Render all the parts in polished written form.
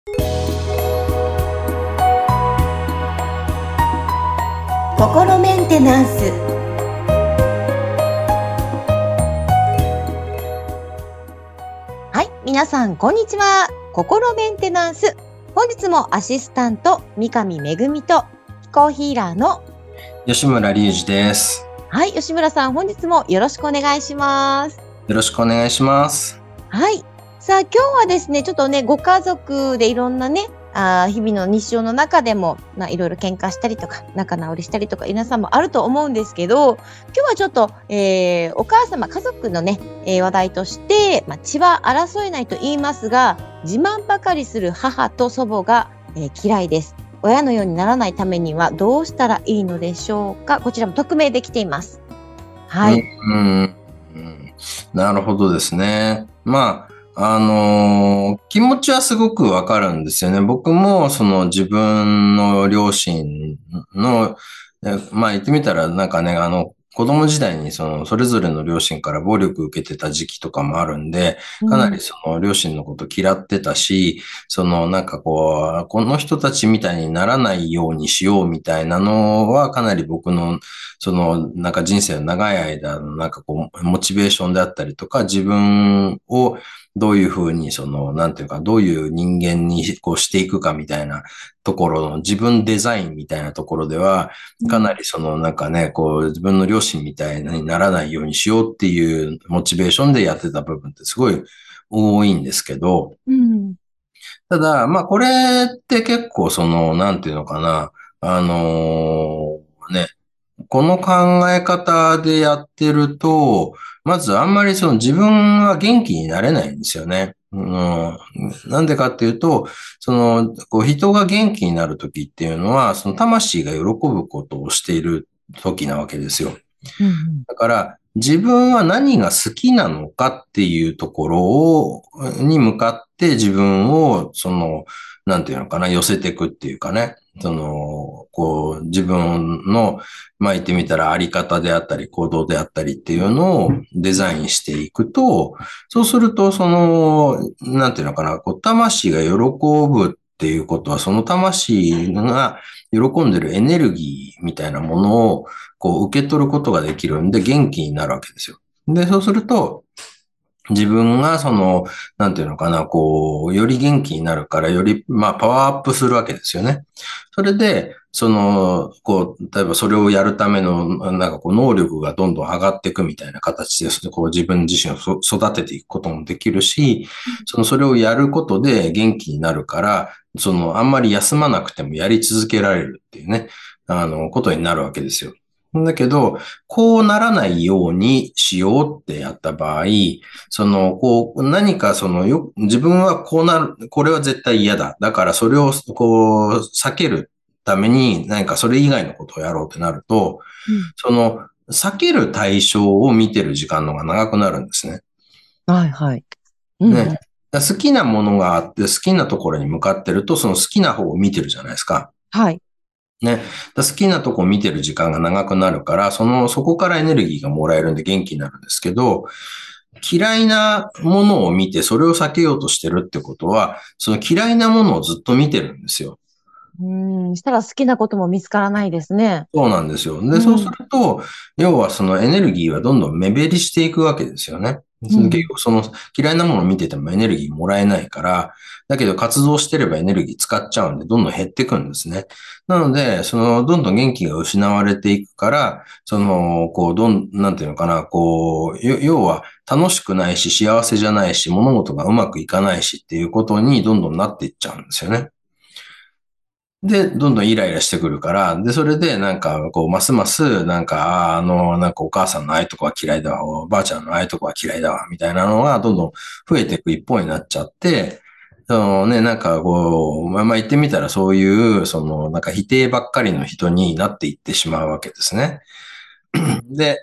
心メンテナンス。はい、皆さんこんにちは。心メンテナンス。本日もアシスタント三上恵と気候ヒーラーの吉村隆二です。 はい、吉村さん、本日もよろしくお願いします。 よろしくお願いします。 はい。さあ、今日はですね、ちょっとね、ご家族でいろんなね、日々の日常の中でも、いろいろ喧嘩したりとか、仲直りしたりとか、皆さんもあると思うんですけど、今日はちょっと、お母様、家族のね、話題として、血は争えないと言いますが、自慢ばかりする母と祖母が、嫌いです。親のようにならないためにはどうしたらいいのでしょうか。こちらも匿名できています。はい。 なるほどですね。気持ちはすごくわかるんですよね。僕もその自分の両親の、言ってみたらなんかね、子供時代にそれぞれの両親から暴力を受けてた時期とかもあるんで、かなりその両親のこと嫌ってたし、この人たちみたいにならないようにしようみたいなのはかなり僕の人生の長い間のモチベーションであったりとか、自分をどういうふうにどういう人間にしていくかみたいなところの自分デザインみたいなところでは、かなり自分の両親みたいにならないようにしようっていうモチベーションでやってた部分ってすごい多いんですけど、ただ、これって結構この考え方でやってると、まずあんまり自分は元気になれないんですよね。なんでかっていうと、人が元気になるときっていうのは、その魂が喜ぶことをしているときなわけですよ。だから、自分は何が好きなのかっていうところに向かって自分を、寄せていくっていうかね。自分の、言ってみたらあり方であったり、行動であったりっていうのをデザインしていくと、そうすると、魂が喜ぶっていうことは、その魂が喜んでるエネルギーみたいなものを、受け取ることができるんで元気になるわけですよ。で、そうすると、自分がより元気になるから、より、パワーアップするわけですよね。それで、例えばそれをやるための、能力がどんどん上がっていくみたいな形で、自分自身を育てていくこともできるし、それをやることで元気になるから、あんまり休まなくてもやり続けられるっていうね、ことになるわけですよ。だけど、こうならないようにしようってやった場合、自分はこうなる、これは絶対嫌だ。だからそれを避けるために何かそれ以外のことをやろうってなると、避ける対象を見てる時間の方が長くなるんですね。 はいはい。 ね。好きなものがあって好きなところに向かってると、その好きな方を見てるじゃないですか。 はい。 ね。好きなとこを見てる時間が長くなるから、そこからエネルギーがもらえるんで元気になるんですけど、嫌いなものを見てそれを避けようとしてるってことは、その嫌いなものをずっと見てるんですよ。 したら好きなことも見つからないですね。 そうなんですよ。で、そうすると、要はそのエネルギーはどんどん目減りしていくわけですよね。結局その嫌いなものを見ててもエネルギーもらえないから、だけど活動してればエネルギー使っちゃうんで、どんどん減っていくんですね。なので、どんどん元気が失われていくから、要は楽しくないし、幸せじゃないし、物事がうまくいかないしっていうことにどんどんなっていっちゃうんですよね。で、どんどんイライラしてくるから、で、それで、ますます、お母さんのああいうとこは嫌いだわ、おばあちゃんのああいうとこは嫌いだわ、みたいなのが、どんどん増えていく一方になっちゃって、言ってみたらそういう、否定ばっかりの人になっていってしまうわけですね。で、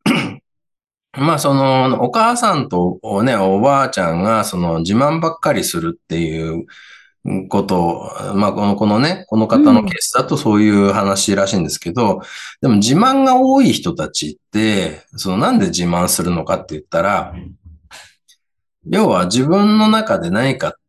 お母さんとね、おばあちゃんが、自慢ばっかりするっていうこと、この方のケースだとそういう話らしいんですけど、でも自慢が多い人たちって、なんで自慢するのかって言ったら、要は自分の中で何か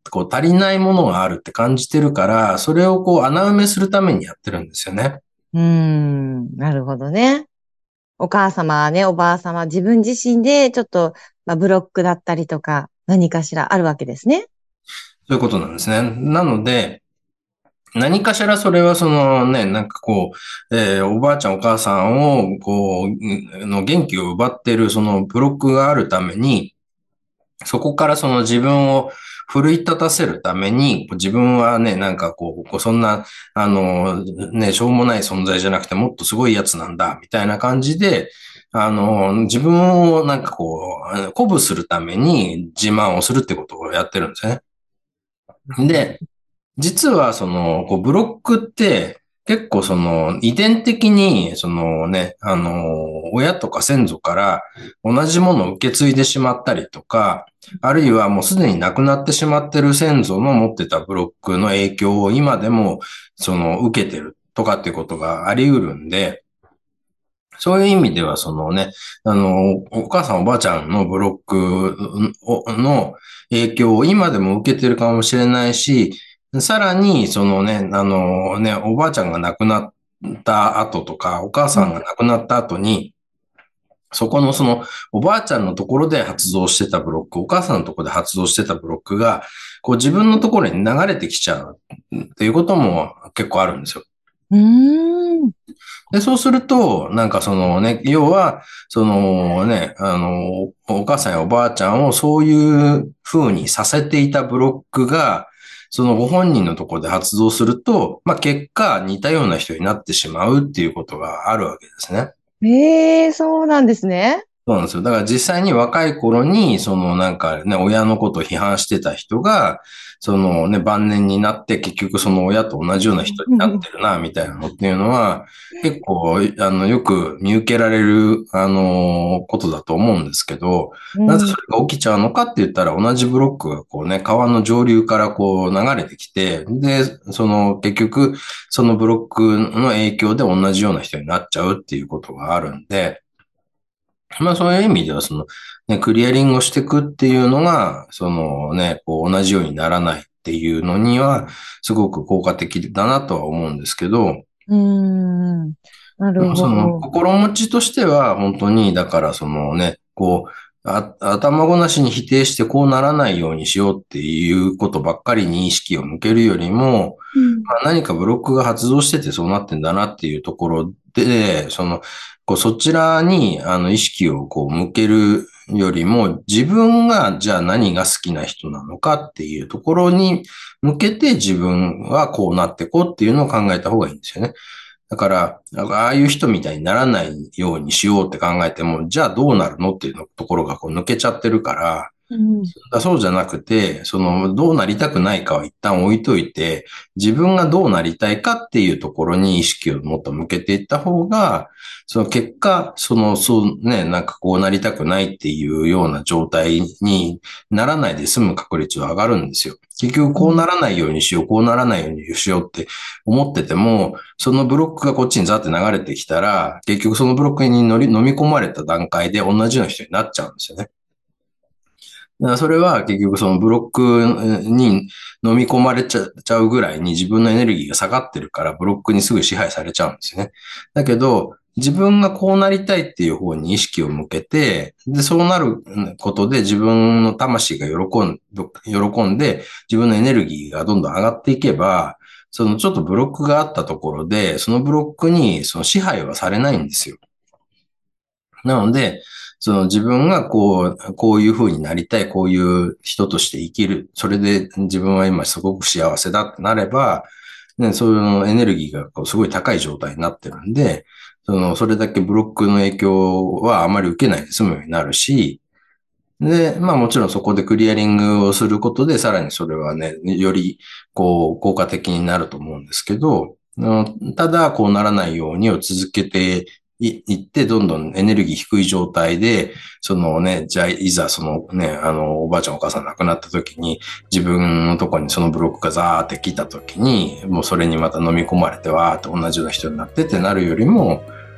こう足りないものがあるって感じてるから、それをこう穴埋めするためにやってるんですよね。 なるほどね。お母様ね、おばあ様、自分自身でちょっと、ブロックだったりとか、何かしらあるわけですね。 そういうことなんですね。なので、何かしらそれはそのね、なんかこう、おばあちゃんお母さんを、こう、の元気を奪ってるそのブロックがあるために、そこからその自分を奮い立たせるために、自分はね、なんかこうそんな、ね、しょうもない存在じゃなくてもっとすごいやつなんだ、みたいな感じで、自分をなんかこう、鼓舞するために自慢をするってことをやってるんですね。で、実はその、こうブロックって結構その遺伝的にそのね、親とか先祖から同じものを受け継いでしまったりとか、あるいはもうすでに亡くなってしまってる先祖の持ってたブロックの影響を今でもその受けてるとかっていうことがあり得るんで、そういう意味では、そのね、お母さんおばあちゃんのブロックの影響を今でも受けてるかもしれないし、さらに、そのね、おばあちゃんが亡くなった後とか、お母さんが亡くなった後に、そこのその、おばあちゃんのところで発動してたブロック、お母さんのところで発動してたブロックが、こう自分のところに流れてきちゃうっていうことも結構あるんですよ。 うーん。 で、そうすると、なんかそのね、要は、そのね、お母さんやおばあちゃんをそういう風にさせていたブロックが、そのご本人のところで発動すると、まあ結果似たような人になってしまうっていうことがあるわけですね。 ええ、そうなんですね。 そうなんですよ。だから実際に若い頃に、そのなんかね、親のことを批判してた人が、そのね、晩年になって結局その親と同じような人になってるな、みたいなのっていうのは、結構、よく見受けられる、ことだと思うんですけど、なぜそうん。 れが起きちゃうのかって言ったら、同じブロックがこうね、川の上流からこう流れてきて、で、その結局、そのブロックの影響で同じような人になっちゃうっていうことがあるんで、まあそういう意味では、その、ね、クリアリングをしていくっていうのが、そのね、こう同じようにならないっていうのには、すごく効果的だなとは思うんですけど、 うーん。なるそのほど。 心持ちとしては、本当に、だからそのね、こう、頭ごなしに否定してこうならないようにしようっていうことばっかりに意識を向けるよりも、 うん。 まあ、何かブロックが発動しててそうなってんだなっていうところで、そちらに、意識をこう向けるよりも、自分がじゃあ何が好きな人なのかっていうところに向けて自分はこうなっていこうっていうのを考えた方がいいんですよね。だから、なんかああいう人みたいにならないようにしようって考えても、じゃあどうなるのっていうところがこう抜けちゃってるから、 うん。 そうじゃなくて、その、どうなりたくないかは一旦置いといて、自分がどうなりたいかっていうところに意識をもっと向けていった方が、その結果、そうね、なんかこうなりたくないっていうような状態にならないで済む確率は上がるんですよ。結局こうならないようにしよう、こうならないようにしようって思ってても、そのブロックがこっちにザって流れてきたら、結局そのブロックに飲み込まれた段階で同じような人になっちゃうんですよね。だからそれは結局そのブロックに飲み込まれちゃうぐらいに自分のエネルギーが下がってるからブロックにすぐ支配されちゃうんですよね。だけど、自分がこうなりたいっていう方に意識を向けて、で、そうなることで自分の魂が喜んで自分のエネルギーがどんどん上がっていけば、そのちょっとブロックがあったところで、そのブロックにその支配はされないんですよ。なので、その自分がこういう風になりたい、こういう人として生きる。それで自分は今すごく幸せだってなれば、ね、そういうエネルギーがすごい高い状態になってるんで、それだけブロックの影響はあまり受けないで済むようになるし、で、まあもちろんそこでクリアリングをすることで、さらにそれはね、より効果的になると思うんですけど、ただこうならないようにを続けていって、どんどんエネルギー低い状態で、そのね、じゃあいざそのね、おばあちゃんお母さん亡くなった時に、自分のところにそのブロックがザーって来た時に、もうそれにまた飲み込まれてわーって同じような人になってってなるよりも、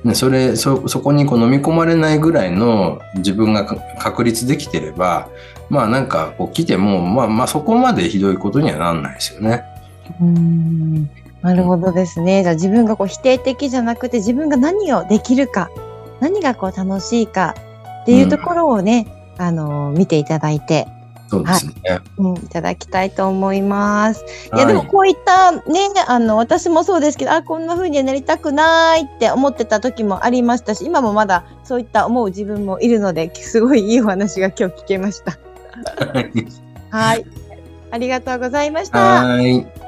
ね、そこにこう飲み込まれないぐらいの自分が確立できてれば、まあなんかこう来ても、まあそこまでひどいことにはなんないですよね。 なるほどですね。じゃあ自分がこう否定的じゃなくて、自分が何をできるか、何がこう楽しいかっていうところをね、見ていただいて、 そうですね。 いただきたいと思います。いや、 はいでもこういったね、私もそうですけど、こんな風にはなりたくないって思ってた時もありましたし、今もまだそういった思う自分もいるので、すごいいいお話が今日聞けました。はい。ありがとうございました。 はい。